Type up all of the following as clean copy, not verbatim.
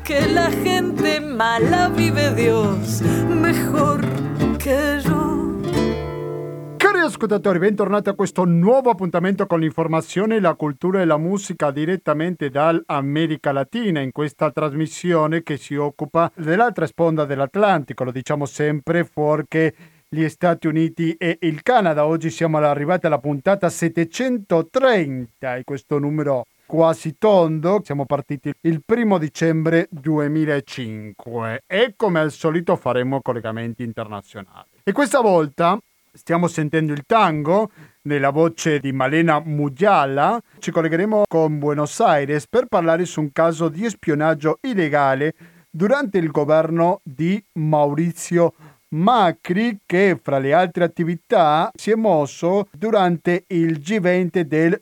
que la gente mala vive Dios mejor che io. Cari ascoltatori, bentornati a questo nuovo appuntamento con l'informazione, la cultura e la musica direttamente dall'America Latina, in questa trasmissione che si occupa dell'altra sponda dell'Atlantico, lo diciamo sempre, fuorché gli Stati Uniti e il Canada. Oggi siamo arrivati alla puntata 730 e questo numero quasi tondo. Siamo partiti il 1° dicembre 2005 e come al solito faremo collegamenti internazionali. E questa volta stiamo sentendo il tango nella voce di Malena Mujala. Ci collegheremo con Buenos Aires per parlare su un caso di spionaggio illegale durante il governo di Maurizio Macri, che fra le altre attività si è mosso durante il G20 del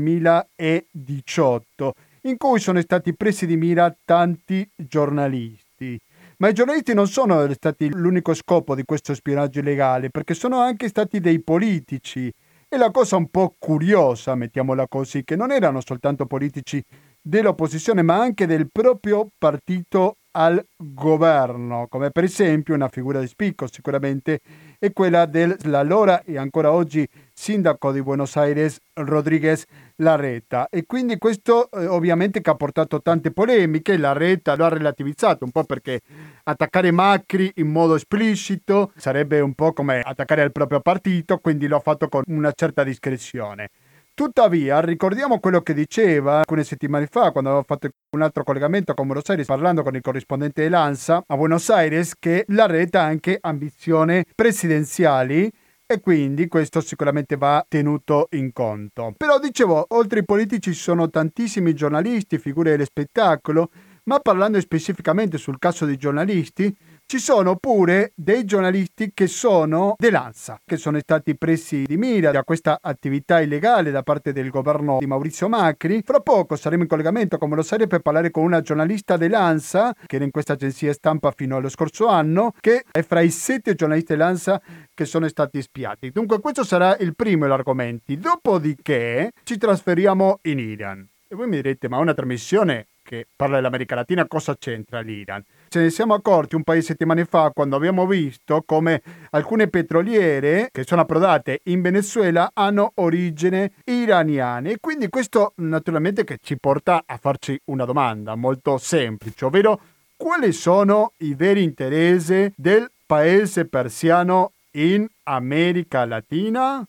2018, in cui sono stati presi di mira tanti giornalisti. Ma i giornalisti non sono stati l'unico scopo di questo spionaggio illegale, perché sono anche stati dei politici. E la cosa un po' curiosa, mettiamola così, che non erano soltanto politici dell'opposizione, ma anche del proprio partito al governo, come per esempio una figura di spicco sicuramente è quella dell'allora e ancora oggi sindaco di Buenos Aires Rodríguez Larreta. E quindi questo ovviamente che ha portato tante polemiche. Larreta lo ha relativizzato un po' perché attaccare Macri in modo esplicito sarebbe un po' come attaccare al proprio partito, quindi lo ha fatto con una certa discrezione. Tuttavia, ricordiamo quello che diceva alcune settimane fa, quando aveva fatto un altro collegamento con Buenos Aires, parlando con il corrispondente dell'ANSA a Buenos Aires, che Larreta ha anche ambizioni presidenziali e quindi questo sicuramente va tenuto in conto. Però dicevo, oltre ai politici ci sono tantissimi giornalisti, figure dello spettacolo, ma parlando specificamente sul caso dei giornalisti, ci sono pure dei giornalisti che sono dell'ANSA, che sono stati presi di mira da questa attività illegale da parte del governo di Maurizio Macri. Fra poco saremo in collegamento con Buenos Aires per parlare con una giornalista dell'ANSA, che era in questa agenzia stampa fino allo scorso anno, che è fra i 7 giornalisti dell'ANSA che sono stati spiati. Dunque questo sarà il primo degli argomenti. Dopodiché ci trasferiamo in Iran. E voi mi direte, ma una trasmissione che parla dell'America Latina, cosa c'entra l'Iran? Ce ne siamo accorti un paio di settimane fa quando abbiamo visto come alcune petroliere che sono approdate in Venezuela hanno origine iraniana, e quindi questo naturalmente che ci porta a farci una domanda molto semplice, ovvero quali sono i veri interessi del paese persiano in America Latina?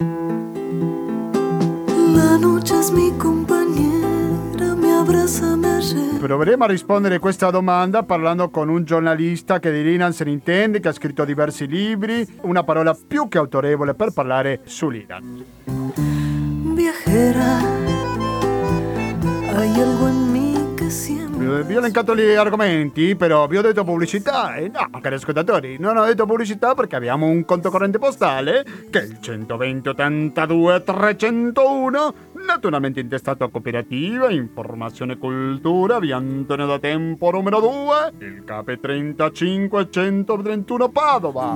La noche es mi compañera. Proveremo a rispondere a questa domanda parlando con un giornalista che dell'Iran se ne intende, che ha scritto diversi libri, una parola più che autorevole per parlare sull'Iran. Viajera, hay algo en mí che siempre... Vi ho elencato gli argomenti, però vi ho detto pubblicità e no, cari ascoltatori, non ho detto pubblicità perché abbiamo un conto corrente postale che è il 120 82 301, naturalmente intestato a Cooperativa Informazione e Cultura, via Antonio da Tempo numero 2, il KP 35 131 Padova.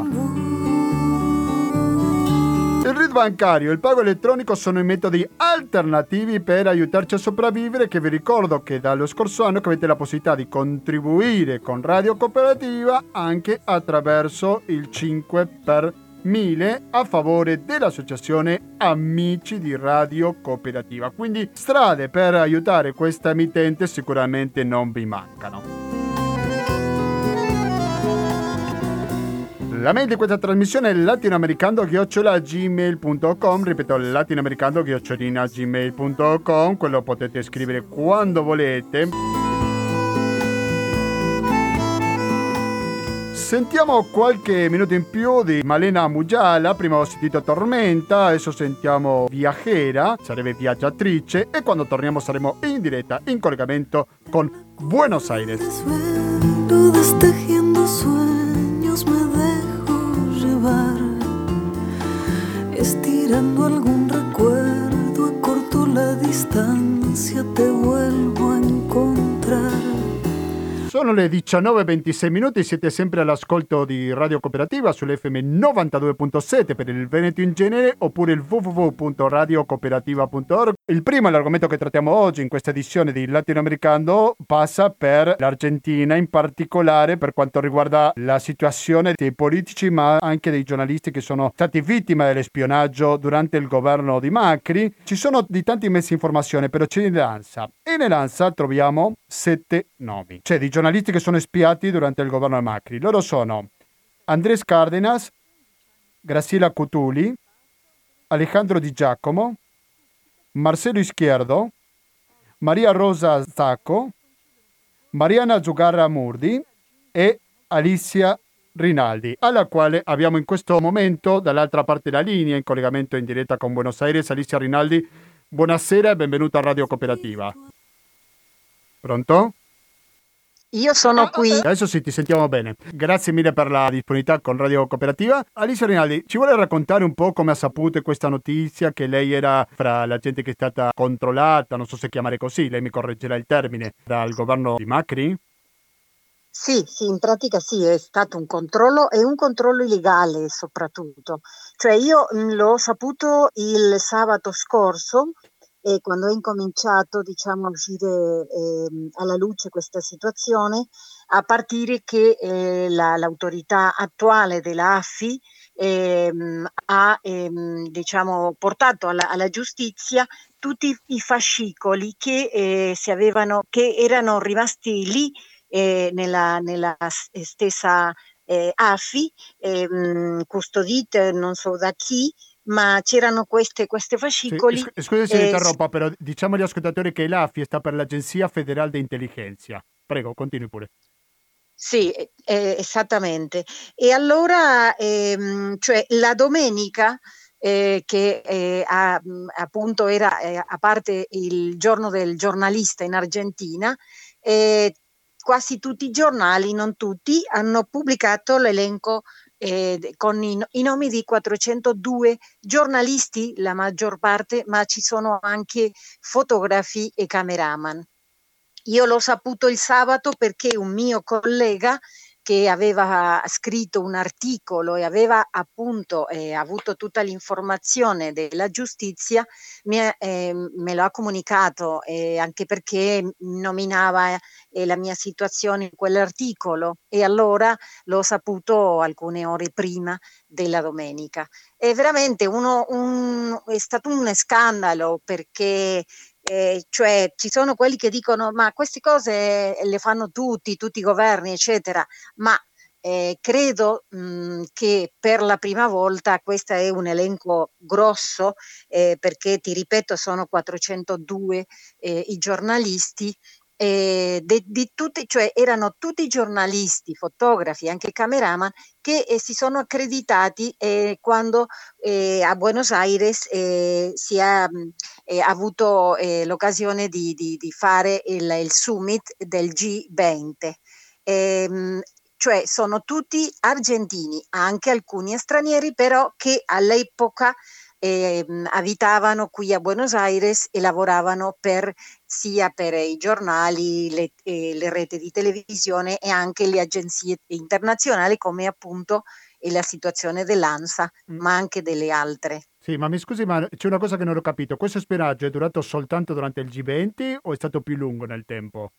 Il RID bancario e il pago elettronico sono i metodi alternativi per aiutarci a sopravvivere, che vi ricordo che dallo scorso anno che avete la possibilità di contribuire con Radio Cooperativa anche attraverso il 5 per 1000 a favore dell'associazione Amici di Radio Cooperativa. Quindi strade per aiutare questa emittente sicuramente non vi mancano. La mail di questa trasmissione è latinoamericando@gmail.com, ripeto latinoamericando@gmail.com, quello potete scrivere quando volete. Sentiamo qualche minuto in più di Malena Mujala. Prima ho sentito Tormenta, adesso sentiamo Viajera, sarebbe viaggiatrice, e quando torniamo saremo in diretta, in collegamento con Buenos Aires. Estirando algún recuerdo, acorto la distancia, te vuelvo a encontrar. Sono le 19:26 minuti, siete sempre all'ascolto di Radio Cooperativa sull'FM 92.7 per il Veneto in genere, oppure il www.radiocooperativa.org. Il primo, l'argomento che trattiamo oggi in questa edizione di Latinoamericano, passa per l'Argentina, in particolare per quanto riguarda la situazione dei politici, ma anche dei giornalisti che sono stati vittime dell'espionaggio durante il governo di Macri. Ci sono di tanti mezzi di informazione, però c'è nell'ANSA. E nell'ANSA troviamo 7 nomi, cioè di giornalisti che sono spiati durante il governo di Macri. Loro sono Andrés Cárdenas, Graciela Cutuli, Alejandro Di Giacomo, Marcelo Izquierdo, Maria Rosa Zacco, Mariana Zugarra Murdi e Alicia Rinaldi, alla quale abbiamo in questo momento dall'altra parte della linea, in collegamento in diretta con Buenos Aires. Alicia Rinaldi, buonasera e benvenuta a Radio Cooperativa. Pronto? Io sono qui. Adesso sì, ti sentiamo bene. Grazie mille per la disponibilità con Radio Cooperativa. Alicia Rinaldi, ci vuole raccontare un po' come ha saputo questa notizia, che lei era fra la gente che è stata controllata, non so se chiamare così, lei mi correggerà il termine, dal governo di Macri? Sì, in pratica sì, è stato un controllo e un controllo illegale soprattutto. Cioè io l'ho saputo il sabato scorso e quando è incominciato, diciamo, a uscire alla luce questa situazione, a partire che l'autorità attuale della AFI ha diciamo, portato alla giustizia tutti i fascicoli che erano rimasti lì nella stessa AFI, custodite non so da chi, ma c'erano queste Sì, fascicoli. scusi se le interrompo, però diciamo agli ascoltatori che l'AFI sta per l'Agenzia Federale di Intelligenza. Prego, continui pure. Sì, esattamente. E allora, cioè la domenica, che appunto era, a parte il giorno del giornalista in Argentina, quasi tutti i giornali, non tutti, hanno pubblicato l'elenco con i nomi di 402 giornalisti, la maggior parte, ma ci sono anche fotografi e cameraman. Io l'ho saputo il sabato perché un mio collega che aveva scritto un articolo e aveva appunto avuto tutta l'informazione della giustizia me lo ha comunicato, anche perché nominava la mia situazione in quell'articolo e allora l'ho saputo alcune ore prima della domenica. È veramente è stato un scandalo perché cioè ci sono quelli che dicono ma queste cose le fanno tutti i governi, eccetera, ma credo che per la prima volta questo è un elenco grosso, perché ti ripeto sono 402 i giornalisti. Di tutti, cioè erano tutti giornalisti, fotografi, anche cameraman che si sono accreditati quando a Buenos Aires si è avuto l'occasione di fare il summit del G20. Cioè sono tutti argentini, anche alcuni stranieri, però che all'epoca abitavano qui a Buenos Aires e lavoravano sia per i giornali, le reti di televisione e anche le agenzie internazionali come appunto la situazione dell'ANSA, ma anche delle altre. Sì, ma mi scusi, ma c'è una cosa che non ho capito. Questo spionaggio è durato soltanto durante il G20 o è stato più lungo nel tempo?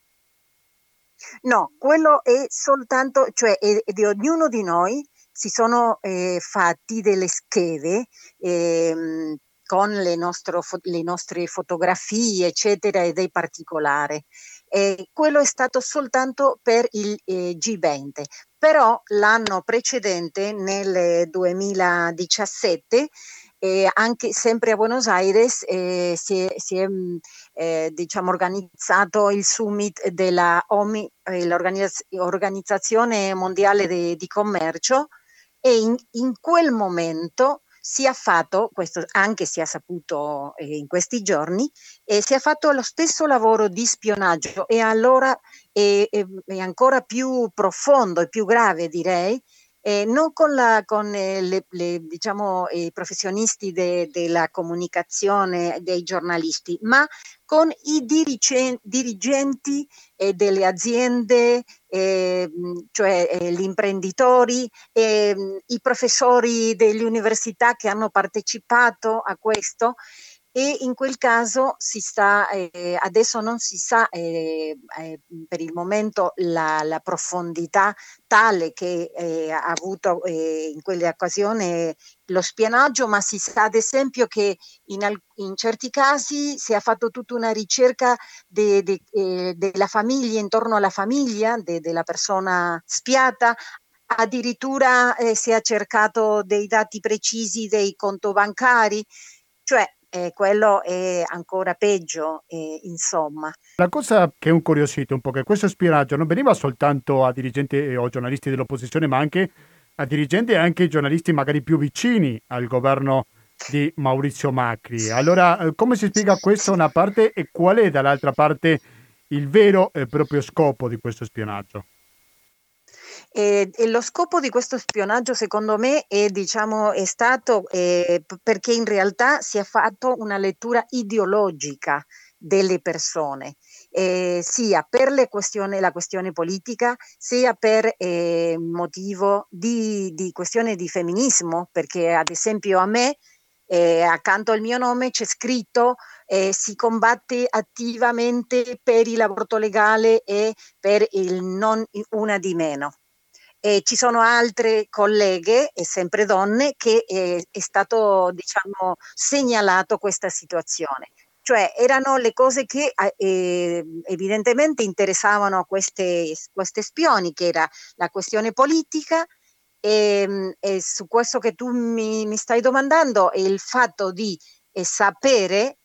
No, quello è soltanto, cioè è di ognuno di noi si sono fatti delle schede con le nostre fotografie, eccetera, e dei particolari. Quello è stato soltanto per il G20, però l'anno precedente, nel 2017, anche sempre a Buenos Aires si è diciamo organizzato il summit della l'Organizzazione Mondiale di Commercio e in quel momento si è fatto, questo anche si è saputo in questi giorni, si è fatto lo stesso lavoro di spionaggio e allora è ancora più profondo e più grave direi, non con diciamo, i professionisti della comunicazione, dei giornalisti, ma con i dirigenti delle aziende, cioè gli imprenditori, i professori delle università che hanno partecipato a questo e in quel caso adesso non si sa per il momento la profondità tale che ha avuto in quell'occasione lo spionaggio, ma si sa ad esempio che in certi casi si è fatto tutta una ricerca della famiglia, intorno alla famiglia della persona spiata. Addirittura si è cercato dei dati precisi dei conto bancari, cioè quello è ancora peggio, insomma. La cosa che è incuriosita un po' che questo spionaggio non veniva soltanto a dirigenti o giornalisti dell'opposizione, ma anche a dirigenti e anche giornalisti magari più vicini al governo di Maurizio Macri. Allora, come si spiega questo da una parte e qual è dall'altra parte il vero e proprio scopo di questo spionaggio? E lo scopo di questo spionaggio secondo me è stato perché in realtà si è fatto una lettura ideologica delle persone, sia per la questione politica, sia per motivo di questione di femminismo, perché ad esempio a me, accanto al mio nome c'è scritto si combatte attivamente per l'aborto legale e per il non una di meno. Ci sono altre colleghe, e sempre donne, che è stato, diciamo, segnalato questa situazione. Cioè erano le cose che evidentemente interessavano a queste spioni, che era la questione politica e su questo che tu mi stai domandando è il fatto di sapere,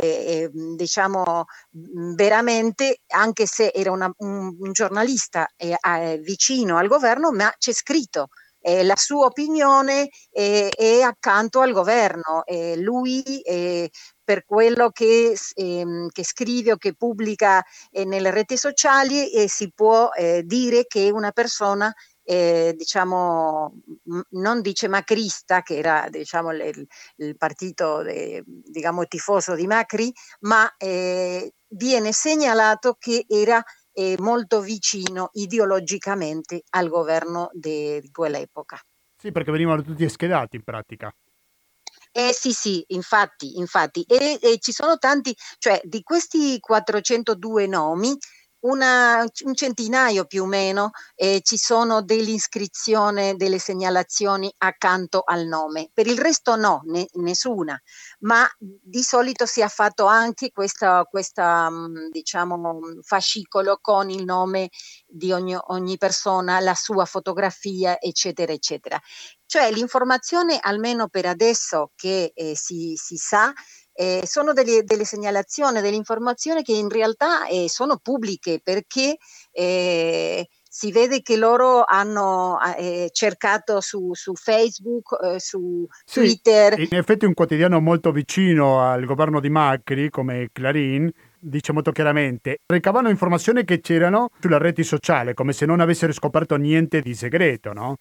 diciamo veramente, anche se era un giornalista vicino al governo, ma c'è scritto la sua opinione è accanto al governo. Lui, per quello che scrive o che pubblica nelle reti sociali, si può dire che è una persona diciamo non dice macrista, che era diciamo il partito diciamo tifoso di Macri, ma viene segnalato che era molto vicino ideologicamente al governo di quell'epoca. Sì, perché venivano tutti schedati in pratica. Sì, sì, infatti. E ci sono tanti, cioè di questi 402 nomi, un centinaio più o meno ci sono dell'iscrizione, delle segnalazioni accanto al nome. Per il resto no, nessuna. Ma di solito si è fatto anche questa diciamo, fascicolo con il nome di ogni persona, la sua fotografia, eccetera, eccetera. Cioè l'informazione, almeno per adesso che si sa, sono delle segnalazioni, delle informazioni che in realtà sono pubbliche, perché si vede che loro hanno cercato su Facebook, su Sì, Twitter. in effetti un quotidiano molto vicino al governo di Macri, come Clarín, dice molto chiaramente, ricavano informazioni che c'erano sulle reti sociali, come se non avessero scoperto niente di segreto, no?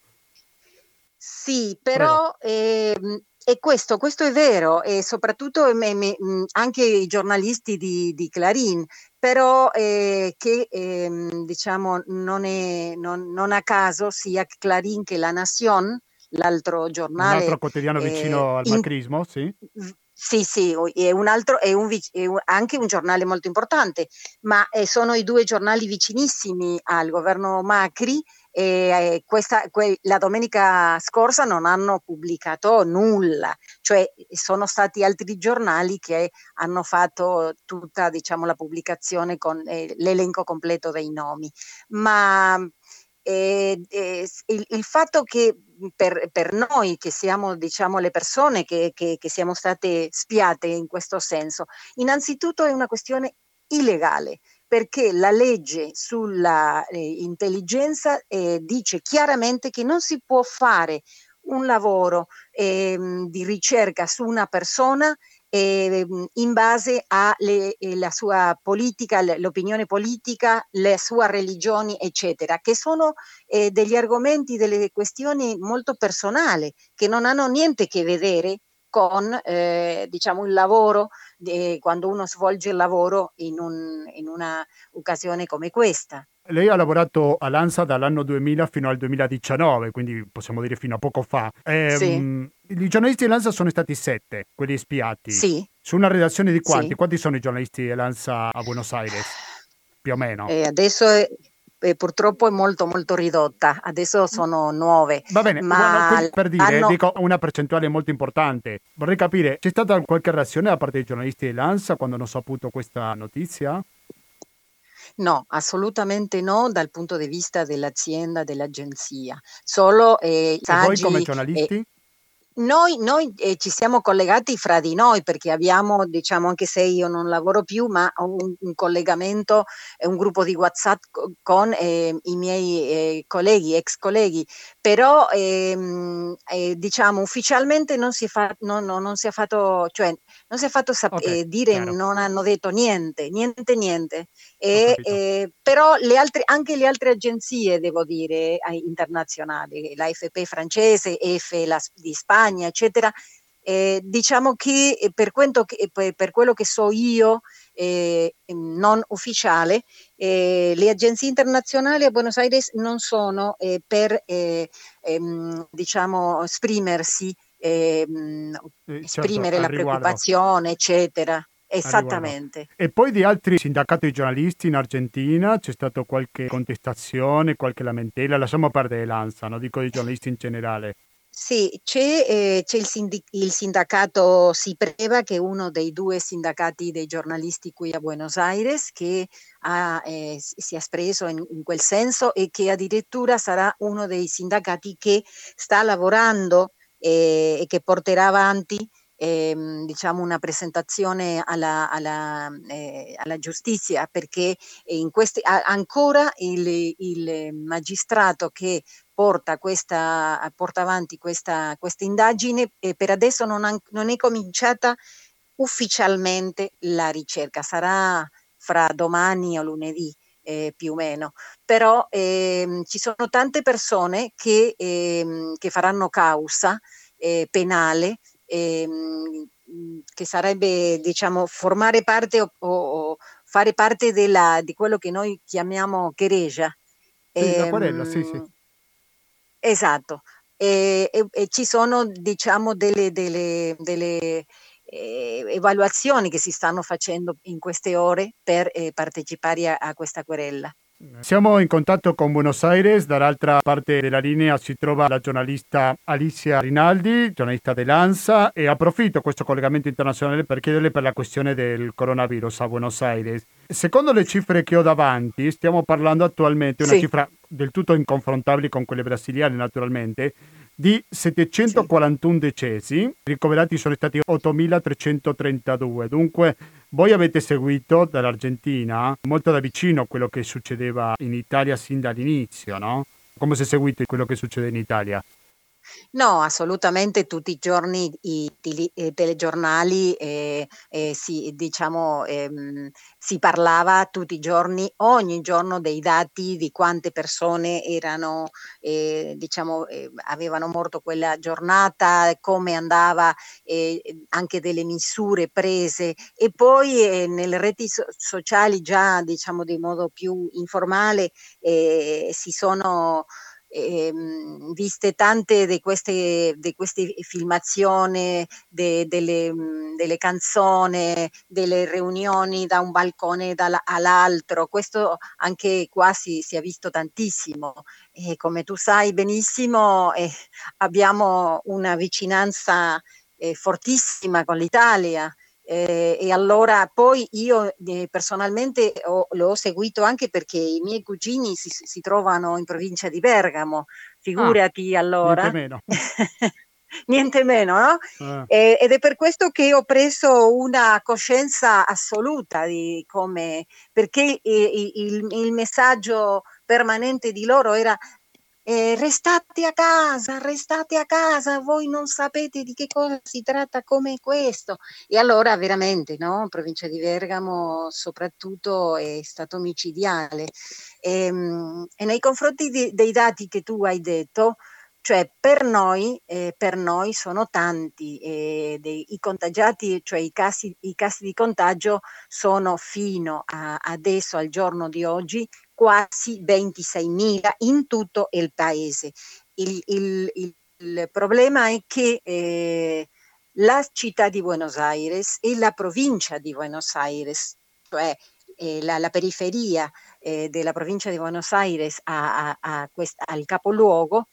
Sì, Prego. però e questo è vero, e soprattutto anche i giornalisti di Clarín, però che diciamo non a caso sia Clarín che La Nación, l'altro Un altro giornale quotidiano vicino al macrismo, sì. sì, sì, è un altro, anche un giornale molto importante, ma sono i due giornali vicinissimi al governo Macri e la domenica scorsa non hanno pubblicato nulla, cioè sono stati altri giornali che hanno fatto tutta, diciamo, la pubblicazione con l'elenco completo dei nomi. Ma il fatto che per noi che siamo, diciamo, le persone che siamo state spiate in questo senso, innanzitutto è una questione illegale, perché la legge sulla intelligenza dice chiaramente che non si può fare un lavoro di ricerca su una persona in base alla sua politica, l'opinione politica, la sua religione, eccetera, che sono degli argomenti, delle questioni molto personali, che non hanno niente a che vedere con diciamo il lavoro, quando uno svolge il lavoro in una occasione come questa. Lei ha lavorato all'ANSA dall'anno 2000 fino al 2019, quindi possiamo dire fino a poco fa. Sì, I giornalisti dell'ANSA sono stati 7, quelli spiati. sì, Su una redazione di quanti? Sì. Quanti sono i giornalisti dell'ANSA a Buenos Aires? Più o meno. Adesso purtroppo è molto molto ridotta, adesso sono 9, Va bene, ma quindi per dire, l'anno dico una percentuale molto importante. Vorrei capire, c'è stata qualche reazione da parte dei giornalisti dell'ANSA quando hanno saputo questa notizia? no, assolutamente no dal punto di vista dell'azienda, dell'agenzia. Solo E voi come saggi. giornalisti? Noi, ci siamo collegati fra di noi perché abbiamo, diciamo, anche se io non lavoro più, ma ho un collegamento e un gruppo di WhatsApp con, i miei, colleghi, ex colleghi, però, diciamo ufficialmente non si è fatto, cioè non si è fatto Ok, dire, chiaro, non hanno detto niente, niente, niente. ho capito. Però anche le altre agenzie, devo dire, internazionali, l'AFP francese, EFE di Spagna, eccetera, diciamo che per quello che so io, non ufficiale, le agenzie internazionali a Buenos Aires non sono per, diciamo, Certo, esprimere la preoccupazione, eccetera. al riguardo. Esattamente. E poi di altri sindacati giornalisti in Argentina c'è stata qualche contestazione, qualche lamentela? Lasciamo perdere l'ANSA, no? Dico di giornalisti in generale. Sì, c'è il sindacato SIPREVA, che è uno dei 2 sindacati dei giornalisti qui a Buenos Aires, che si è espresso in quel senso e che addirittura sarà uno dei sindacati che sta lavorando, e che porterà avanti, diciamo, una presentazione alla giustizia, perché ancora il magistrato che porta avanti questa indagine, e per adesso non è cominciata ufficialmente la ricerca, sarà fra domani o lunedì, più o meno, però ci sono tante persone che faranno causa penale, che sarebbe, diciamo, formare parte o fare parte di quello che noi chiamiamo querella. Sì, la querela, sì, sì. Ehm, esatto. E ci sono, diciamo, delle evaluazioni che si stanno facendo in queste ore per, partecipare a questa querella. Siamo in contatto con Buenos Aires, dall'altra parte della linea si trova la giornalista Alicia Rinaldi, giornalista dell'ANSA, e approfitto questo collegamento internazionale per chiederle per la questione del coronavirus a Buenos Aires. Secondo le cifre che ho davanti, stiamo parlando attualmente, una Sì, cifra del tutto inconfrontabile con quelle brasiliane naturalmente, di sì. 741 decesi, ricoverati sono stati 8.332, dunque voi avete seguito dall'Argentina molto da vicino quello che succedeva in Italia sin dall'inizio, no? Come si è seguito quello che succede in Italia? No, assolutamente tutti i giorni i telegiornali, diciamo, si parlava tutti i giorni, ogni giorno, dei dati di quante persone erano, diciamo, avevano morto quella giornata, come andava, anche delle misure prese, e poi, nelle reti sociali, già, diciamo, di modo più informale, si sono viste tante di queste filmazioni, delle canzoni, delle riunioni da un balcone all'altro. Questo anche qua si è visto tantissimo, e come tu sai benissimo, abbiamo una vicinanza, fortissima con l'Italia. E allora poi io, personalmente, l'ho seguito anche perché i miei cugini si trovano in provincia di Bergamo, Ah, figurati niente allora. meno. Niente meno, no? Eh, Ed è per questo che ho preso una coscienza assoluta di come, perché il messaggio permanente di loro era: restate a casa, voi non sapete di che cosa si tratta come questo. E allora veramente, no, provincia di Bergamo soprattutto è stato micidiale. E nei confronti dei dati che tu hai detto, cioè per noi sono tanti, i contagiati, cioè i casi di contagio sono fino a adesso, al giorno di oggi, quasi 26.000 in tutto il paese. Il problema è che, la città di Buenos Aires e la provincia di Buenos Aires, cioè la periferia della provincia di Buenos Aires al capoluogo,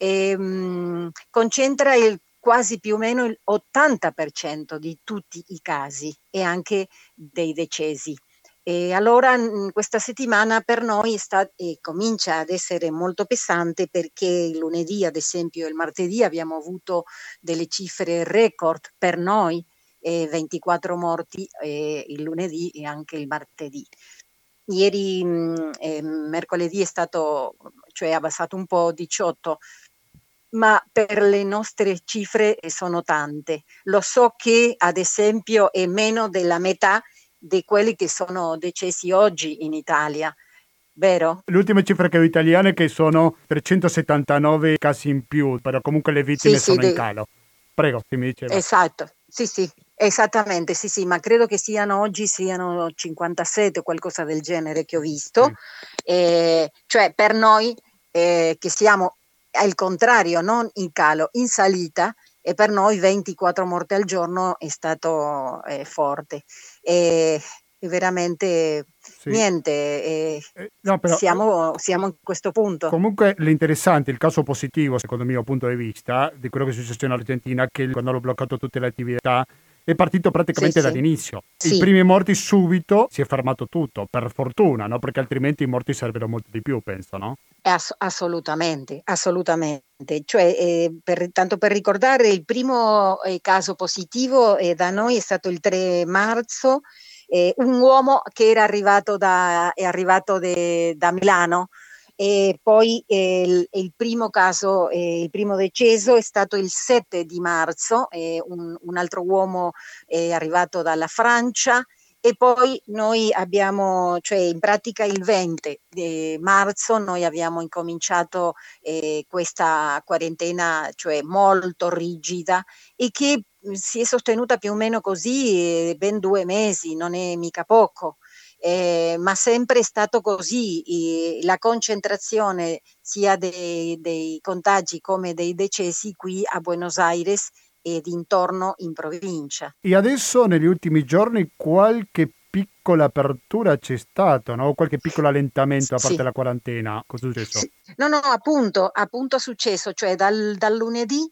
concentra quasi più o meno il 80% di tutti i casi e anche dei decesi. E allora questa settimana per noi comincia ad essere molto pesante, perché il lunedì, ad esempio, e il martedì abbiamo avuto delle cifre record per noi, 24 morti il lunedì e anche il martedì. Ieri mercoledì è stato, cioè abbassato un po', 18, ma per le nostre cifre sono tante. Lo so che ad esempio è meno della metà di quelli che sono decessi oggi in Italia, vero? Le ultime cifre che ho italiane che sono 379 casi in più, però comunque le Sì, vittime sì, sono in calo. Prego, si mi diceva. esatto, sì, esattamente, sì, ma credo che oggi siano 57 o qualcosa del genere che ho visto, Sì. Cioè per noi che siamo al contrario, non in calo, in salita, e per noi 24 morti al giorno è stato forte. E veramente Sì. niente, No, però siamo in questo punto. comunque l'interessante, il caso positivo, secondo il mio punto di vista, di quello che è successo in Argentina, è che quando hanno bloccato tutte le attività è partito Sì, praticamente sì, dall'inizio. I sì. primi morti subito si è fermato tutto, per fortuna, no? Perché altrimenti i morti sarebbero molto di più, penso, no? Assolutamente, assolutamente. Cioè, tanto per ricordare, il primo caso positivo da noi è stato il 3 marzo, un uomo che è arrivato da Milano, e poi il primo caso, il primo decesso è stato il 7 di marzo, un altro uomo è arrivato dalla Francia. E poi noi abbiamo, cioè in pratica il 20 di marzo noi abbiamo incominciato questa quarantena, cioè molto rigida, e che si è sostenuta più o meno così ben 2 mesi, non è mica poco. Ma sempre è stato così, la concentrazione sia dei contagi come dei decessi qui a Buenos Aires e dintorno in provincia. E adesso, negli ultimi giorni, qualche piccola apertura c'è stato, no? Qualche piccolo allentamento a parte Sì. la quarantena. Cosa è successo? Sì. No, appunto è successo, cioè dal lunedì,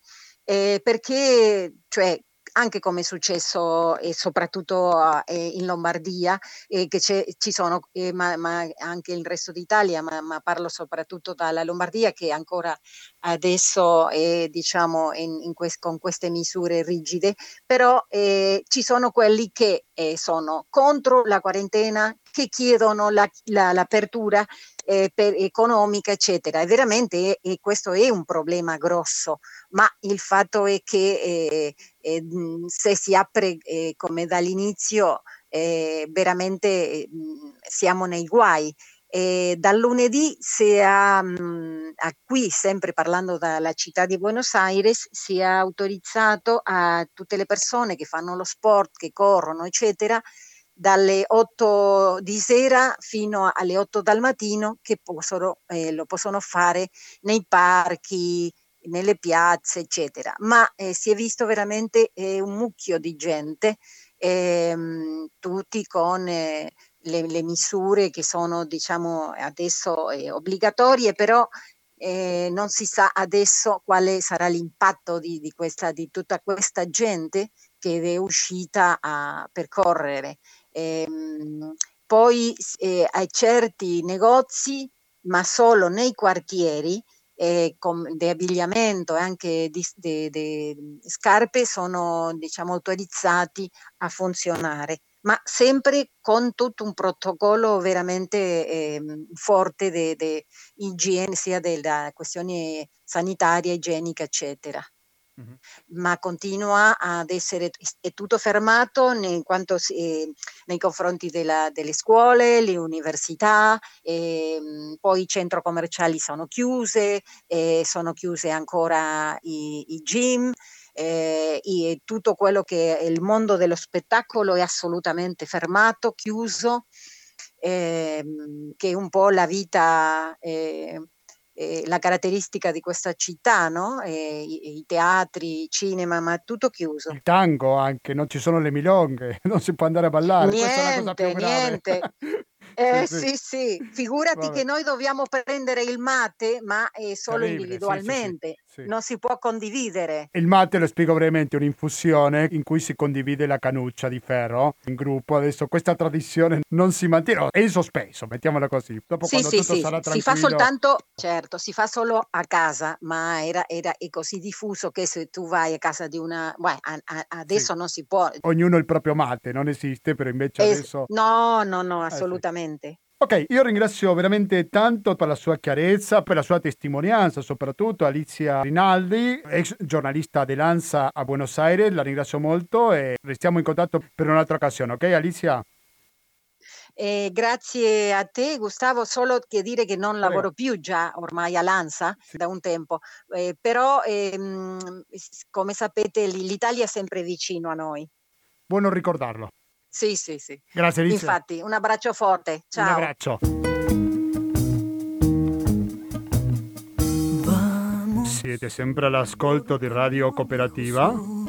perché, cioè, anche come è successo e soprattutto in Lombardia, che ci sono, ma anche il resto d'Italia, ma parlo soprattutto dalla Lombardia, che ancora adesso è, diciamo, con queste misure rigide, però ci sono quelli che sono contro la quarantena, che chiedono l'apertura economica, eccetera. E veramente questo è un problema grosso, ma il fatto è che se si apre come dall'inizio, veramente siamo nei guai. Dal lunedì qui, sempre parlando dalla città di Buenos Aires, si è autorizzato a tutte le persone che fanno lo sport, che corrono, eccetera, dalle 8 di sera fino alle 8 del mattino, che lo possono fare nei parchi, nelle piazze, eccetera. Ma si è visto veramente un mucchio di gente, tutti con le misure che sono, diciamo, adesso obbligatorie, però non si sa adesso quale sarà l'impatto di tutta questa gente che è uscita a percorrere. Poi ai certi negozi, ma solo nei quartieri, di abbigliamento e anche di scarpe, sono, diciamo, autorizzati a funzionare, ma sempre con tutto un protocollo veramente forte di igiene, sia della questione sanitaria, igienica, eccetera. Mhm. Ma continua ad essere, è tutto fermato nei confronti delle scuole, le università, poi i centri commerciali sono chiuse ancora i gym, e tutto quello che è il mondo dello spettacolo è assolutamente fermato, chiuso, che è un po' la vita la caratteristica di questa città, no? I teatri, il cinema, ma tutto chiuso. Il tango anche, non ci sono le milonghe, non si può andare a ballare, questa è la cosa più grave. Niente. Sì, figurati Vabbè. che noi dobbiamo prendere il mate, ma solo Terribile, individualmente, sì. non si può condividere. Il mate, lo spiego brevemente, è un'infusione in cui si condivide la canuccia di ferro in gruppo. Adesso questa tradizione non si mantiene, è in sospeso, mettiamola così. Dopo Sì, quando sì, tutto sì, sarà si fa tranquillo. soltanto, certo, si fa solo a casa, ma è così diffuso che se tu vai a casa di una, adesso Sì. non si può. Ognuno il proprio mate, non esiste, però invece adesso... No, Sì. assolutamente. Ok, io ringrazio veramente tanto per la sua chiarezza, per la sua testimonianza, soprattutto Alicia Rinaldi, ex giornalista dell'ANSA a Buenos Aires, la ringrazio molto e restiamo in contatto per un'altra occasione, ok Alicia? Grazie a te Gustavo, solo che dire che non Prego. lavoro più già ormai all'ANSA Sì. da un tempo, però come sapete l'Italia è sempre vicino a noi. Buono ricordarlo. Sì. Grazie Alicia. Infatti, un abbraccio forte. Ciao. Un abbraccio. Siete sempre all'ascolto di Radio Cooperativa.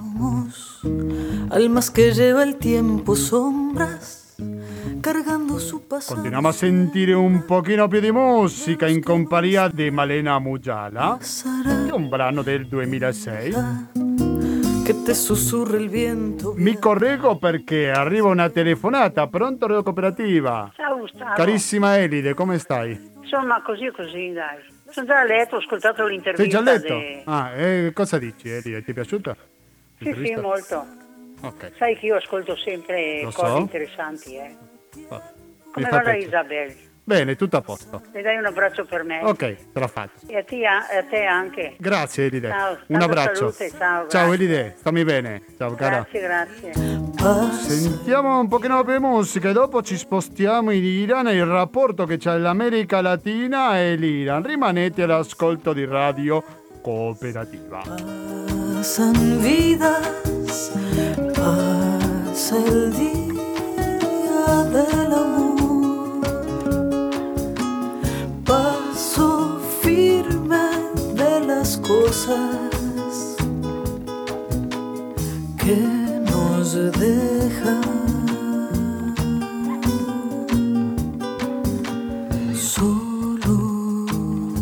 Almas que lleva el tiempo, sombras cargando su pasado. Continuiamo a sentire un pochino più di musica in compagnia di Malena Mujala, che è un brano del 2006. Que te susurra il viento. Mi correggo perché arriva una telefonata. Pronto Radio Cooperativa? Ciao Gustavo. Carissima Elide, come stai? Insomma, così, dai. Sono già a letto, ho ascoltato Sei l'intervista. già a letto? Cosa dici Elide? Ti è piaciuta? Sì, L'intervista? molto. Ok. Sai che io ascolto sempre Lo cose so. interessanti, Vabbè. Come Mi fa va da piacere. Isabel? Bene, tutto a posto. Le dai un abbraccio per me? Ok, te l'ho fatto. E a te anche. Grazie Elide. Ciao, Un tanta abbraccio. salute, ciao, Ciao grazie. Elide, stammi bene. Ciao cara. Grazie. Sentiamo un pochino più di musica e dopo ci spostiamo in Iran e il rapporto che c'è l'America Latina e l'Iran. Rimanete all'ascolto di Radio Cooperativa. Pasan vidas, pasa el día del amor. Paso firme de las cosas que nos dejan solos.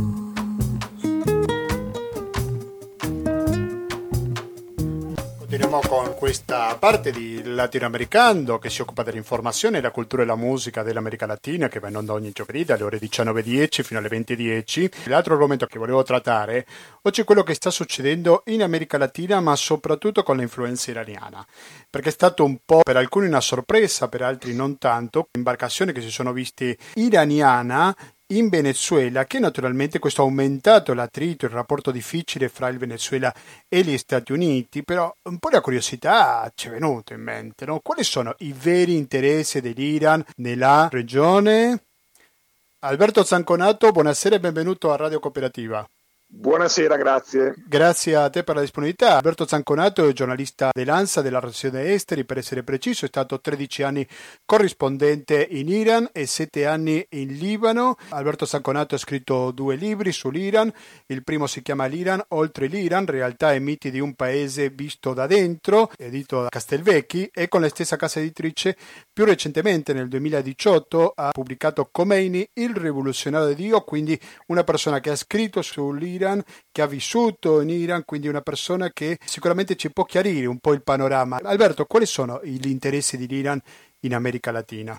Continuiamo con questa parte di Latinoamericano che si occupa dell'informazione, la cultura e la musica dell'America Latina, che va in onda ogni giovedì dalle ore 19:10 fino alle 20:10. L'altro argomento che volevo trattare oggi è quello che sta succedendo in America Latina, ma soprattutto con l'influenza iraniana, perché è stato un po' per alcuni una sorpresa, per altri non tanto, imbarcazioni che si sono viste iraniana in Venezuela, che naturalmente questo ha aumentato l'attrito, il rapporto difficile fra il Venezuela e gli Stati Uniti, però un po' la curiosità ci è venuta in mente, no? Quali sono i veri interessi dell'Iran nella regione? Alberto Zanconato, buonasera e benvenuto a Radio Cooperativa. Buonasera, grazie. Grazie a te per la disponibilità. Alberto Zanconato è giornalista dell'ANSA, della redazione esteri, per essere preciso, è stato 13 anni corrispondente in Iran e 7 anni in Libano. Alberto Zanconato ha scritto 2 libri sull'Iran, il primo si chiama L'Iran oltre l'Iran, realtà e miti di un paese visto da dentro, edito da Castelvecchi, e con la stessa casa editrice più recentemente nel 2018 ha pubblicato Khomeini, il rivoluzionario di Dio, quindi una persona che ha scritto sull'Iran, che ha vissuto in Iran, quindi una persona che sicuramente ci può chiarire un po' il panorama. Alberto, quali sono gli interessi dell'Iran in America Latina?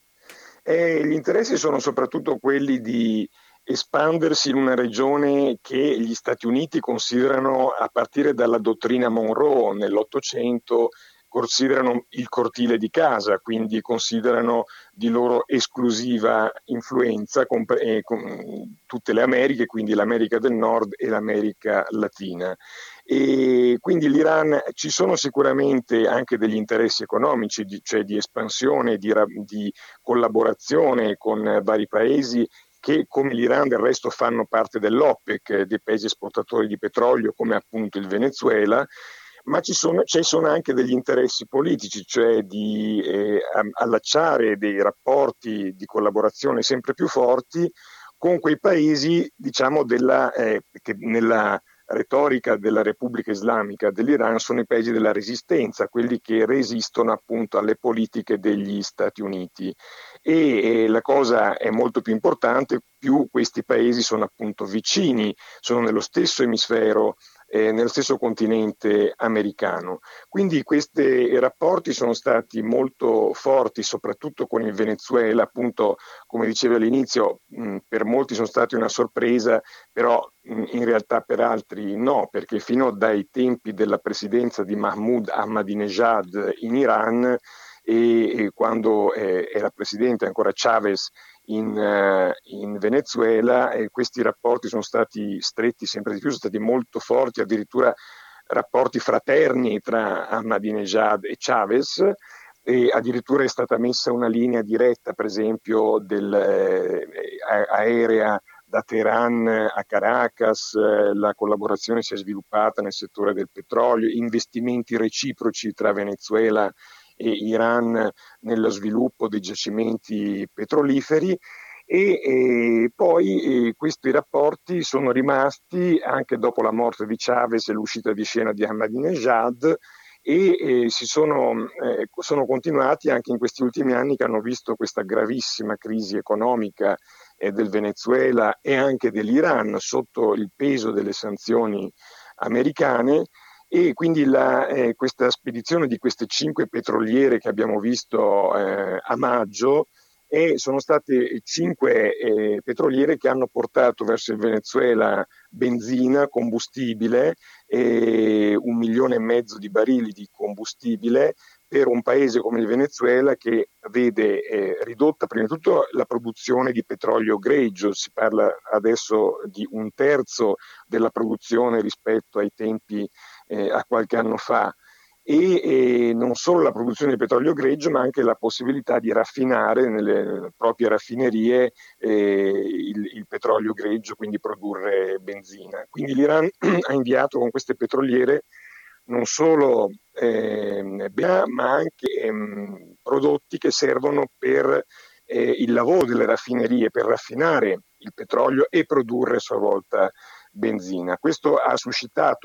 Gli interessi sono soprattutto quelli di espandersi in una regione che gli Stati Uniti considerano, a partire dalla dottrina Monroe nell'Ottocento, considerano il cortile di casa, quindi considerano di loro esclusiva influenza con tutte le Americhe, quindi l'America del Nord e l'America Latina. E quindi l'Iran, ci sono sicuramente anche degli interessi economici, cioè di espansione, di collaborazione con vari paesi che, come l'Iran del resto, fanno parte dell'OPEC, dei paesi esportatori di petrolio, come appunto il Venezuela. Ma ci sono anche degli interessi politici, cioè di allacciare dei rapporti di collaborazione sempre più forti con quei paesi, diciamo, che nella retorica della Repubblica Islamica dell'Iran sono i paesi della resistenza, quelli che resistono appunto alle politiche degli Stati Uniti. E la cosa è molto più importante, più questi paesi sono appunto vicini, sono nello stesso emisfero, nello stesso continente americano. Quindi questi rapporti sono stati molto forti, soprattutto con il Venezuela, appunto come dicevo all'inizio, per molti sono stati una sorpresa, però in realtà per altri no, perché fino dai tempi della presidenza di Mahmoud Ahmadinejad in Iran e quando era presidente ancora Chavez in Venezuela, questi rapporti sono stati stretti sempre di più, sono stati molto forti, addirittura rapporti fraterni tra Ahmadinejad e Chavez, e addirittura è stata messa una linea diretta, per esempio, aerea da Teheran a Caracas, la collaborazione si è sviluppata nel settore del petrolio, investimenti reciproci tra Venezuela e Iran nello sviluppo dei giacimenti petroliferi. E poi questi rapporti sono rimasti anche dopo la morte di Chavez e l'uscita di scena di Ahmadinejad, e sono continuati anche in questi ultimi anni, che hanno visto questa gravissima crisi economica del Venezuela e anche dell'Iran sotto il peso delle sanzioni americane. E quindi questa spedizione di queste 5 petroliere che abbiamo visto a maggio, sono state 5 petroliere che hanno portato verso il Venezuela benzina, combustibile, 1,5 milioni di barili di combustibile per un paese come il Venezuela, che vede ridotta prima di tutto la produzione di petrolio greggio. Si parla adesso di 1/3 della produzione rispetto ai tempi a qualche anno fa. E non solo la produzione di petrolio greggio, ma anche la possibilità di raffinare nelle proprie raffinerie il petrolio greggio, quindi produrre benzina. Quindi l'Iran ha inviato con queste petroliere non solo ma anche prodotti che servono per il lavoro delle raffinerie, per raffinare il petrolio e produrre a sua volta benzina. Questo ha suscitato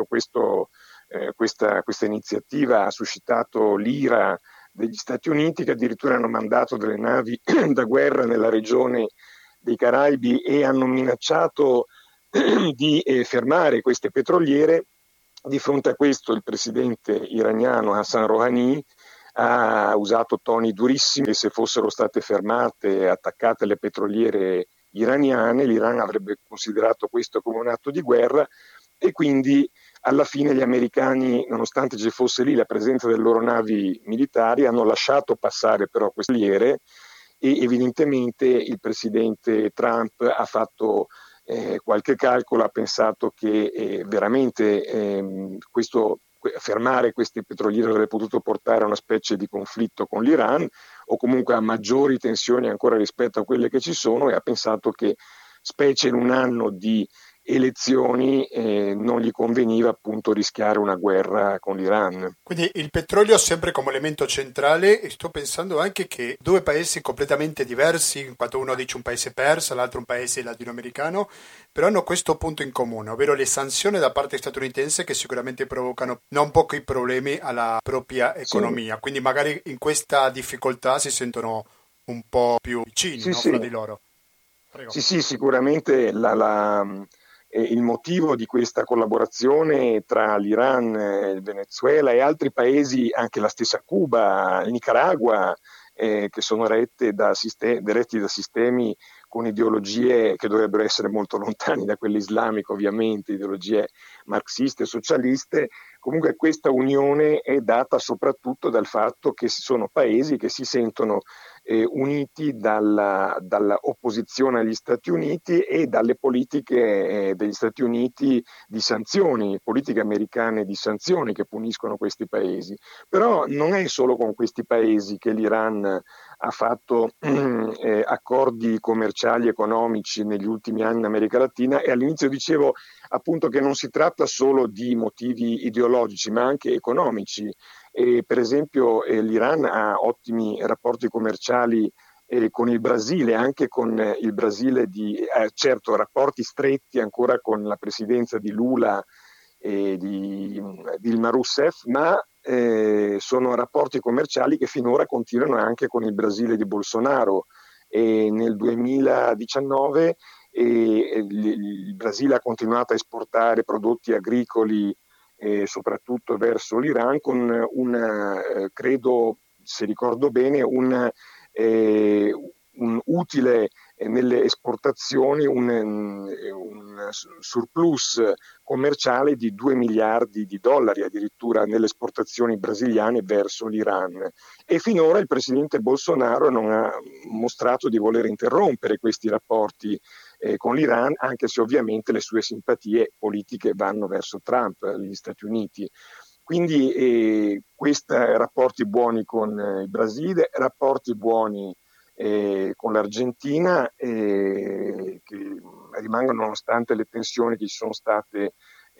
questa iniziativa ha suscitato l'ira degli Stati Uniti, che addirittura hanno mandato delle navi da guerra nella regione dei Caraibi e hanno minacciato di fermare queste petroliere. Di fronte a questo il presidente iraniano Hassan Rouhani ha usato toni durissimi, che se fossero state fermate e attaccate le petroliere iraniane, l'Iran avrebbe considerato questo come un atto di guerra, e quindi alla fine gli americani, nonostante ci fosse lì la presenza delle loro navi militari, hanno lasciato passare però queste petroliere, e evidentemente il presidente Trump ha fatto qualche calcolo, ha pensato che veramente fermare questi petrolieri avrebbe potuto portare a una specie di conflitto con l'Iran, o comunque a maggiori tensioni ancora rispetto a quelle che ci sono, e ha pensato che, specie in un anno di elezioni, non gli conveniva appunto rischiare una guerra con l'Iran. Quindi il petrolio sempre come elemento centrale, e sto pensando anche che 2 paesi completamente diversi, quando uno dice un paese persa, l'altro un paese latinoamericano, però hanno questo punto in comune, ovvero le sanzioni da parte statunitense, che sicuramente provocano non pochi problemi alla propria economia. Sì. Quindi magari in questa difficoltà si sentono un po' più vicini, sì, no? Sì. Fra di loro. Prego. Sì, sicuramente il motivo di questa collaborazione tra l'Iran, il Venezuela e altri paesi, anche la stessa Cuba, il Nicaragua, che sono retti da sistemi con ideologie che dovrebbero essere molto lontani da quelle islamiche, ovviamente, ideologie marxiste, socialiste. Comunque questa unione è data soprattutto dal fatto che sono paesi che si sentono uniti dalla opposizione agli Stati Uniti e dalle politiche degli Stati Uniti di sanzioni, politiche americane di sanzioni che puniscono questi paesi. Però non è solo con questi paesi che l'Iran ha fatto accordi commerciali economici negli ultimi anni in America Latina, e all'inizio dicevo appunto che non si tratta solo di motivi ideologici ma anche economici. Per esempio l'Iran ha ottimi rapporti commerciali con il Brasile, anche con il Brasile certo rapporti stretti ancora con la presidenza di Lula e di Dilma Rousseff, ma sono rapporti commerciali che finora continuano anche con il Brasile di Bolsonaro. E nel 2019 il Brasile ha continuato a esportare prodotti agricoli soprattutto verso l'Iran con credo, se ricordo bene, un utile nelle esportazioni, un surplus commerciale di 2 miliardi di dollari addirittura nelle esportazioni brasiliane verso l'Iran. E finora il presidente Bolsonaro non ha mostrato di voler interrompere questi rapporti con l'Iran, anche se ovviamente le sue simpatie politiche vanno verso Trump, gli Stati Uniti. Quindi questi rapporti buoni con il Brasile, rapporti buoni con l'Argentina, che rimangono nonostante le tensioni che ci sono state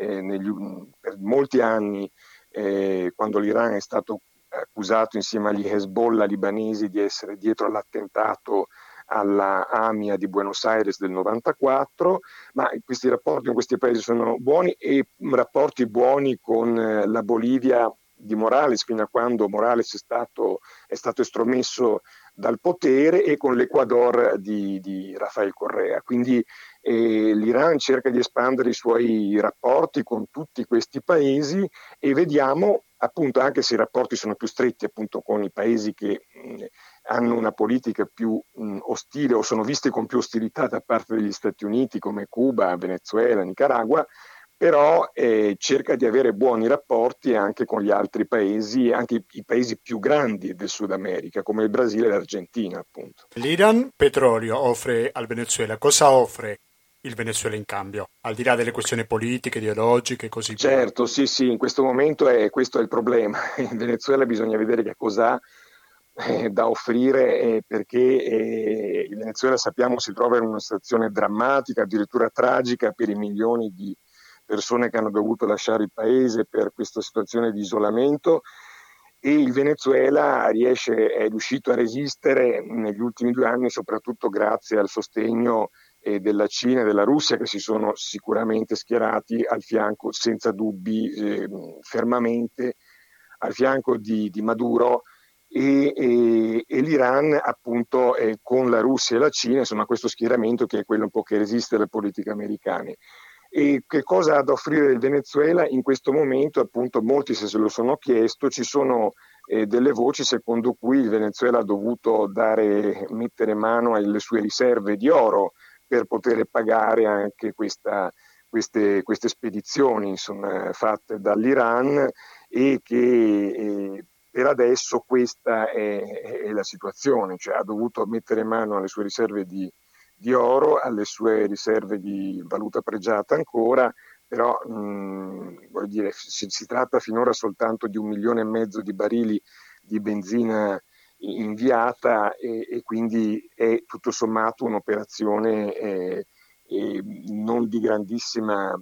per molti anni, quando l'Iran è stato accusato insieme agli Hezbollah libanesi di essere dietro all'attentato alla AMIA di Buenos Aires del 94, ma questi rapporti con questi paesi sono buoni, e rapporti buoni con la Bolivia di Morales, fino a quando Morales è stato estromesso dal potere, e con l'Ecuador di Rafael Correa. Quindi l'Iran cerca di espandere i suoi rapporti con tutti questi paesi, e vediamo, appunto, anche se i rapporti sono più stretti appunto con i paesi che hanno una politica più ostile o sono visti con più ostilità da parte degli Stati Uniti, come Cuba, Venezuela, Nicaragua, però cerca di avere buoni rapporti anche con gli altri paesi, anche i paesi più grandi del Sud America, come il Brasile e l'Argentina, appunto. L'Iran petrolio offre al Venezuela. Cosa offre il Venezuela in cambio, al di là delle questioni politiche, ideologiche e così via? Certo, sì, in questo momento questo è il problema. In Venezuela bisogna vedere che cosa ha da offrire, perché il Venezuela, sappiamo, si trova in una situazione drammatica, addirittura tragica, per i milioni di persone che hanno dovuto lasciare il paese per questa situazione di isolamento, e il Venezuela è riuscito a resistere negli ultimi 2 anni soprattutto grazie al sostegno della Cina e della Russia, che si sono sicuramente schierati al fianco, senza dubbi, fermamente al fianco di Maduro, e l'Iran appunto con la Russia e la Cina, insomma, questo schieramento che è quello un po' che resiste alle politiche americane. E che cosa ha da offrire il Venezuela in questo momento? Appunto, molti se lo sono chiesto. Ci sono delle voci secondo cui il Venezuela ha dovuto mettere mano alle sue riserve di oro per poter pagare anche queste spedizioni, insomma, fatte dall'Iran, e che per adesso questa è la situazione, cioè ha dovuto mettere mano alle sue riserve di oro, alle sue riserve di valuta pregiata ancora, però voglio dire, si tratta finora soltanto di 1,5 milioni di barili di benzina inviata, e quindi è tutto sommato un'operazione non di grandissime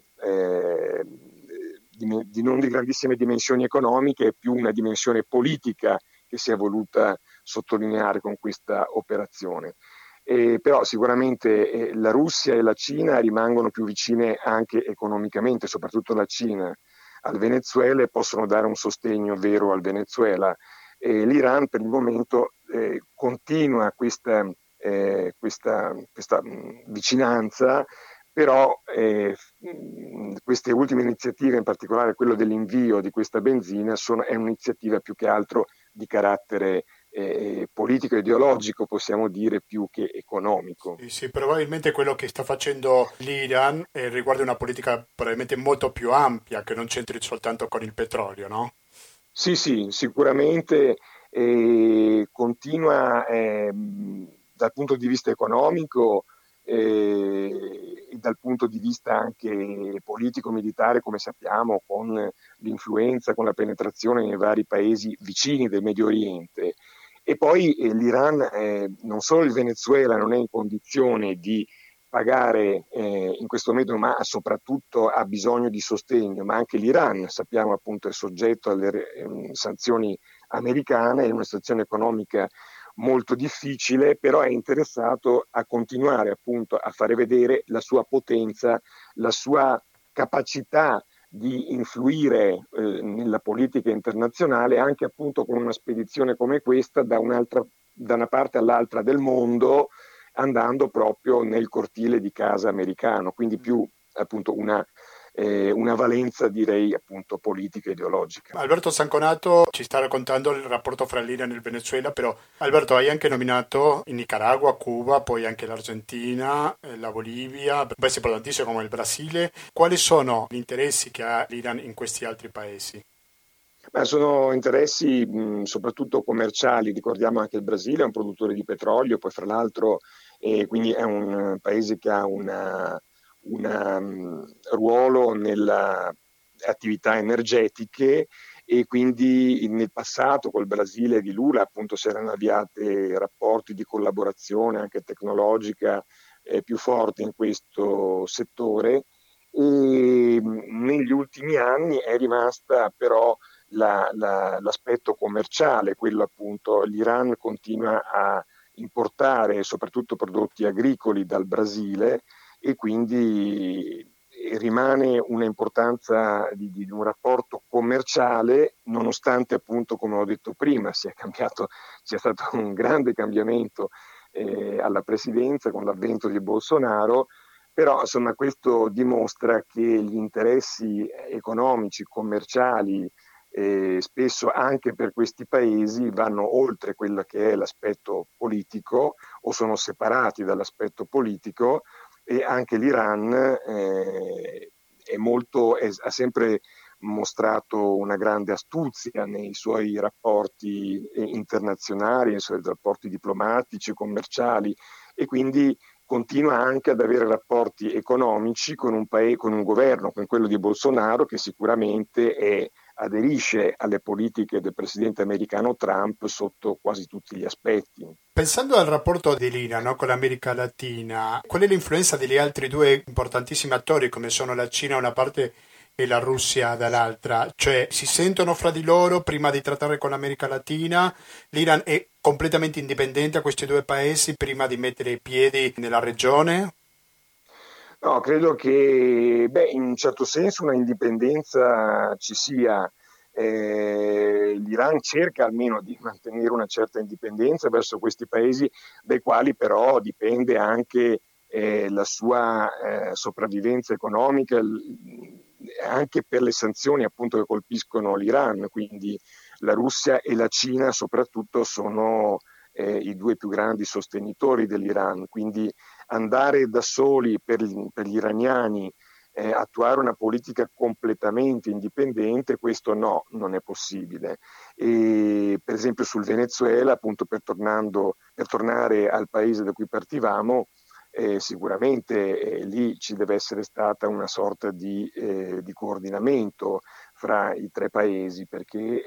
dimensioni economiche, è più una dimensione politica che si è voluta sottolineare con questa operazione. Però sicuramente la Russia e la Cina rimangono più vicine anche economicamente, soprattutto la Cina al Venezuela, e possono dare un sostegno vero al Venezuela. L'Iran per il momento continua questa vicinanza, però queste ultime iniziative, in particolare quello dell'invio di questa benzina, è un'iniziativa più che altro di carattere politico e ideologico, possiamo dire, più che economico. Sì, probabilmente quello che sta facendo l'Iran riguarda una politica probabilmente molto più ampia, che non c'entri soltanto con il petrolio, no? Sì, sicuramente continua dal punto di vista economico e dal punto di vista anche politico-militare, come sappiamo, con l'influenza, con la penetrazione nei vari paesi vicini del Medio Oriente. E poi l'Iran, non solo il Venezuela non è in condizione di pagare in questo momento, ma soprattutto ha bisogno di sostegno, ma anche l'Iran, sappiamo, appunto, è soggetto alle sanzioni americane, è una situazione economica molto difficile, però è interessato a continuare appunto a fare vedere la sua potenza, la sua capacità di influire nella politica internazionale, anche appunto con una spedizione come questa da una parte all'altra del mondo, andando proprio nel cortile di casa americano, quindi più appunto una valenza, direi, appunto politica e ideologica. Alberto Sanconato ci sta raccontando il rapporto fra l'Iran e il Venezuela, però Alberto hai anche nominato in Nicaragua, Cuba, poi anche l'Argentina, la Bolivia, paesi importantissimi come il Brasile. Quali sono gli interessi che ha l'Iran in questi altri paesi? Sono interessi soprattutto commerciali. Ricordiamo anche il Brasile è un produttore di petrolio, poi fra l'altro quindi è un paese che ha un ruolo nelle attività energetiche, e quindi nel passato col Brasile di Lula appunto si erano avviati rapporti di collaborazione anche tecnologica più forti in questo settore, e negli ultimi anni è rimasta però l'aspetto commerciale, quello appunto l'Iran continua a importare soprattutto prodotti agricoli dal Brasile, e quindi rimane una importanza di un rapporto commerciale, nonostante appunto, come ho detto prima, sia stato un grande cambiamento alla presidenza con l'avvento di Bolsonaro. Però insomma questo dimostra che gli interessi economici, commerciali, spesso anche per questi paesi vanno oltre quello che è l'aspetto politico o sono separati dall'aspetto politico, e anche l'Iran ha sempre mostrato una grande astuzia nei suoi rapporti internazionali, nei suoi rapporti diplomatici, commerciali, e quindi continua anche ad avere rapporti economici con un governo, con quello di Bolsonaro, che sicuramente aderisce alle politiche del presidente americano Trump sotto quasi tutti gli aspetti. Pensando al rapporto dell'Iran, no, con l'America Latina, qual è l'influenza degli altri due importantissimi attori come sono la Cina da una parte e la Russia dall'altra? Cioè si sentono fra di loro prima di trattare con l'America Latina? L'Iran è completamente indipendente a questi due paesi prima di mettere i piedi nella regione? No, credo che in un certo senso una indipendenza ci sia. L'Iran cerca almeno di mantenere una certa indipendenza verso questi paesi, dai quali però dipende anche la sua sopravvivenza economica, anche per le sanzioni appunto che colpiscono l'Iran. Quindi la Russia e la Cina soprattutto sono i due più grandi sostenitori dell'Iran, quindi andare da soli per gli iraniani, attuare una politica completamente indipendente, questo no, non è possibile. E, per esempio sul Venezuela, appunto per tornare al paese da cui partivamo, sicuramente lì ci deve essere stata una sorta di coordinamento fra i tre paesi, perché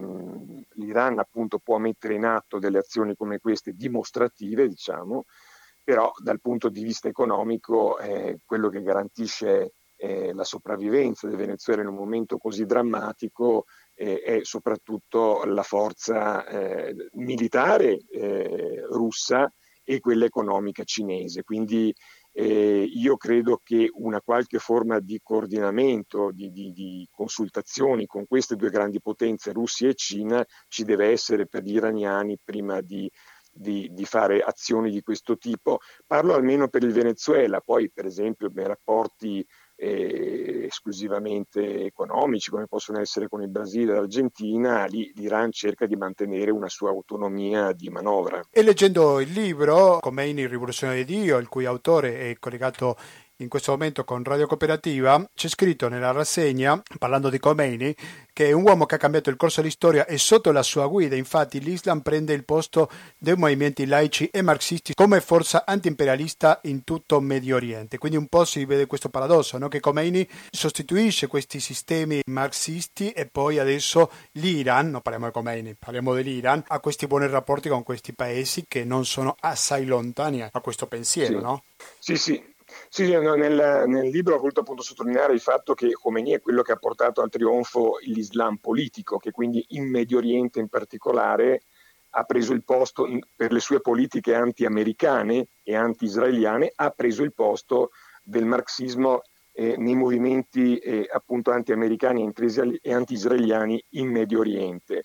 l'Iran appunto può mettere in atto delle azioni come queste dimostrative, diciamo, però dal punto di vista economico quello che garantisce la sopravvivenza del Venezuela in un momento così drammatico è soprattutto la forza militare russa e quella economica cinese. Quindi io credo che una qualche forma di coordinamento, di consultazioni con queste due grandi potenze, Russia e Cina, ci deve essere per gli iraniani prima di fare azioni di questo tipo. Parlo almeno per il Venezuela, poi per esempio nei rapporti esclusivamente economici come possono essere con il Brasile e l'Argentina, lì l'Iran cerca di mantenere una sua autonomia di manovra. E leggendo il libro Khomeini, Rivoluzione di Dio, il cui autore è collegato in questo momento con Radio Cooperativa, c'è scritto nella rassegna, parlando di Khomeini, che è un uomo che ha cambiato il corso della storia e sotto la sua guida, infatti, l'Islam prende il posto dei movimenti laici e marxisti come forza antiimperialista in tutto Medio Oriente. Quindi un po' si vede questo paradosso, no? Che Khomeini sostituisce questi sistemi marxisti e poi adesso l'Iran, non parliamo di Khomeini, parliamo dell'Iran, ha questi buoni rapporti con questi paesi che non sono assai lontani a questo pensiero, sì. no? Sì. Sì, nel libro ho voluto appunto sottolineare il fatto che Khomeini è quello che ha portato al trionfo l'Islam politico, che quindi in Medio Oriente in particolare ha preso il posto per le sue politiche anti-americane e anti-israeliane, ha preso il posto del marxismo nei movimenti appunto anti-americani e anti-israeliani in Medio Oriente.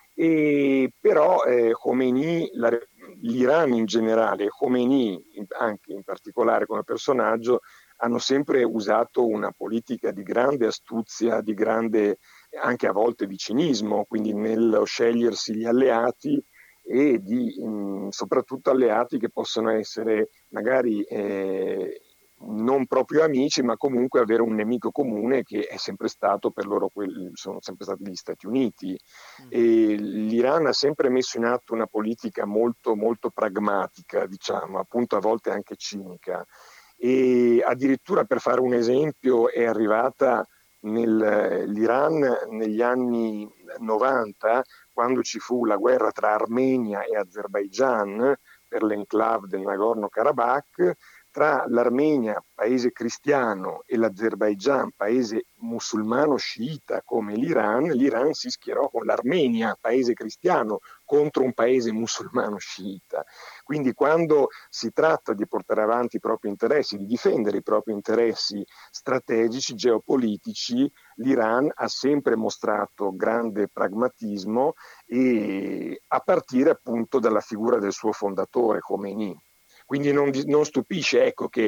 Però Khomeini, l'Iran in generale, Khomeini anche in particolare come personaggio, hanno sempre usato una politica di grande astuzia, di grande anche a volte di cinismo, quindi nello scegliersi gli alleati e soprattutto alleati che possono essere magari non proprio amici, ma comunque avere un nemico comune che è sempre stato per loro, sono sempre stati gli Stati Uniti. E l'Iran ha sempre messo in atto una politica molto, molto pragmatica, diciamo, appunto a volte anche cinica. E addirittura, per fare un esempio, è arrivata l'Iran negli anni 90, quando ci fu la guerra tra Armenia e Azerbaigian per l'enclave del Nagorno-Karabakh. Tra l'Armenia, paese cristiano, e l'Azerbaigian, paese musulmano sciita come l'Iran si schierò con l'Armenia, paese cristiano, contro un paese musulmano sciita. Quindi quando si tratta di portare avanti i propri interessi, di difendere i propri interessi strategici, geopolitici, l'Iran ha sempre mostrato grande pragmatismo, e a partire appunto dalla figura del suo fondatore, Khomeini. Quindi non stupisce, ecco, che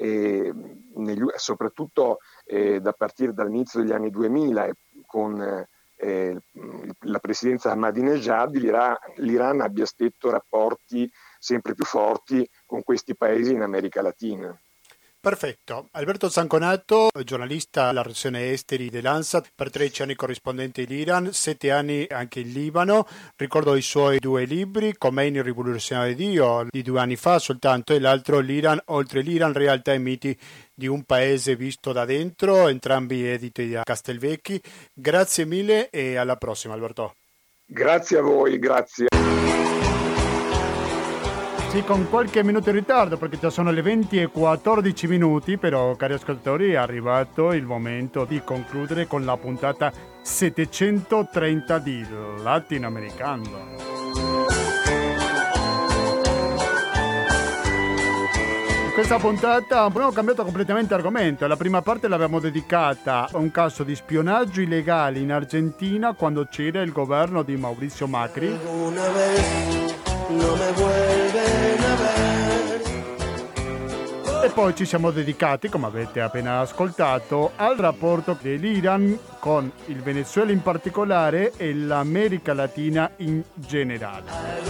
soprattutto da partire dall'inizio degli anni 2000 con la presidenza Ahmadinejad, l'Iran abbia stretto rapporti sempre più forti con questi paesi in America Latina. Perfetto. Alberto Zanconato, giornalista alla redazione esteri dell'Ansat, per 13 anni corrispondente in Iran, 7 anni anche in Libano. Ricordo i suoi 2 libri, Khomeini, rivoluzionario di Dio, di 2 anni fa soltanto, e l'altro l'Iran, oltre l'Iran, realtà e miti di un paese visto da dentro, entrambi editi da Castelvecchi. Grazie mille e alla prossima, Alberto. Grazie a voi, grazie. Sì, con qualche minuto in ritardo perché già sono le 20:14, però cari ascoltatori è arrivato il momento di concludere con la puntata 730 di Latinoamericano. In questa puntata abbiamo cambiato completamente argomento. La prima parte l'abbiamo dedicata a un caso di spionaggio illegale in Argentina quando c'era il governo di Mauricio Macri. E poi ci siamo dedicati, come avete appena ascoltato, al rapporto dell'Iran con il Venezuela in particolare e l'America Latina in generale.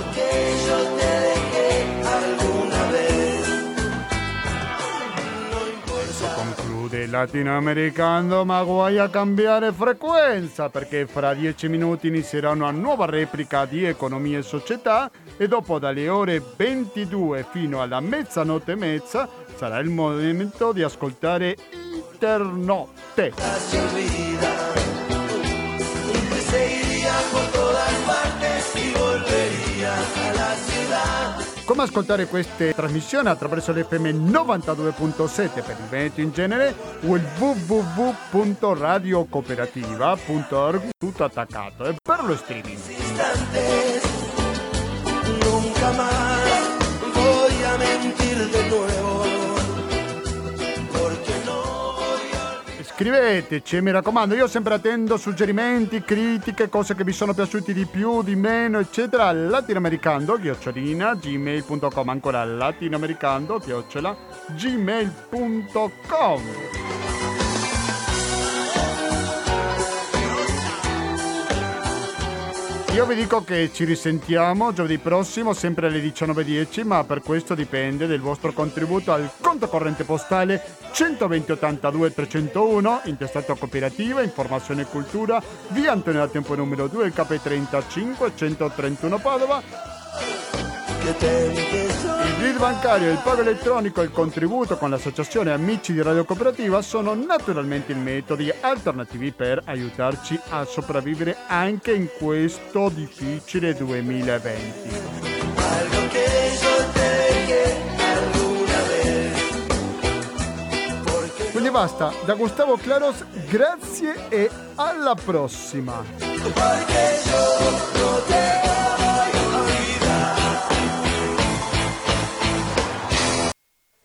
Adesso conclude Latinoamericano, ma guai a cambiare frequenza perché fra 10 minuti inizierà una nuova replica di Economia e Società e dopo dalle ore 22 fino alla mezzanotte e mezza sarà il momento di ascoltare Internotte. Come ascoltare queste trasmissioni? Attraverso l'FM 92.7 per il Veneto in genere o il www.radiocooperativa.org tutto attaccato e per lo streaming. Nunca más voy a mentir de nuevo, porque no voy a... Scriveteci, mi raccomando, io sempre attendo suggerimenti, critiche, cose che vi sono piaciute di più, di meno, eccetera. latinoamericando@gmail.com, ancora latinoamericando@gmail.com. Io vi dico che ci risentiamo giovedì prossimo, sempre alle 19:10, ma per questo dipende del vostro contributo al conto corrente postale 120 82 301, intestato Cooperativa, Informazione e Cultura, via Antonio da Tempo numero 2, KP35 131 Padova. Il RID bancario, il pago elettronico e il contributo con l'associazione Amici di Radio Cooperativa sono naturalmente i metodi alternativi per aiutarci a sopravvivere anche in questo difficile 2020. Quindi basta, da Gustavo Claros, grazie e alla prossima.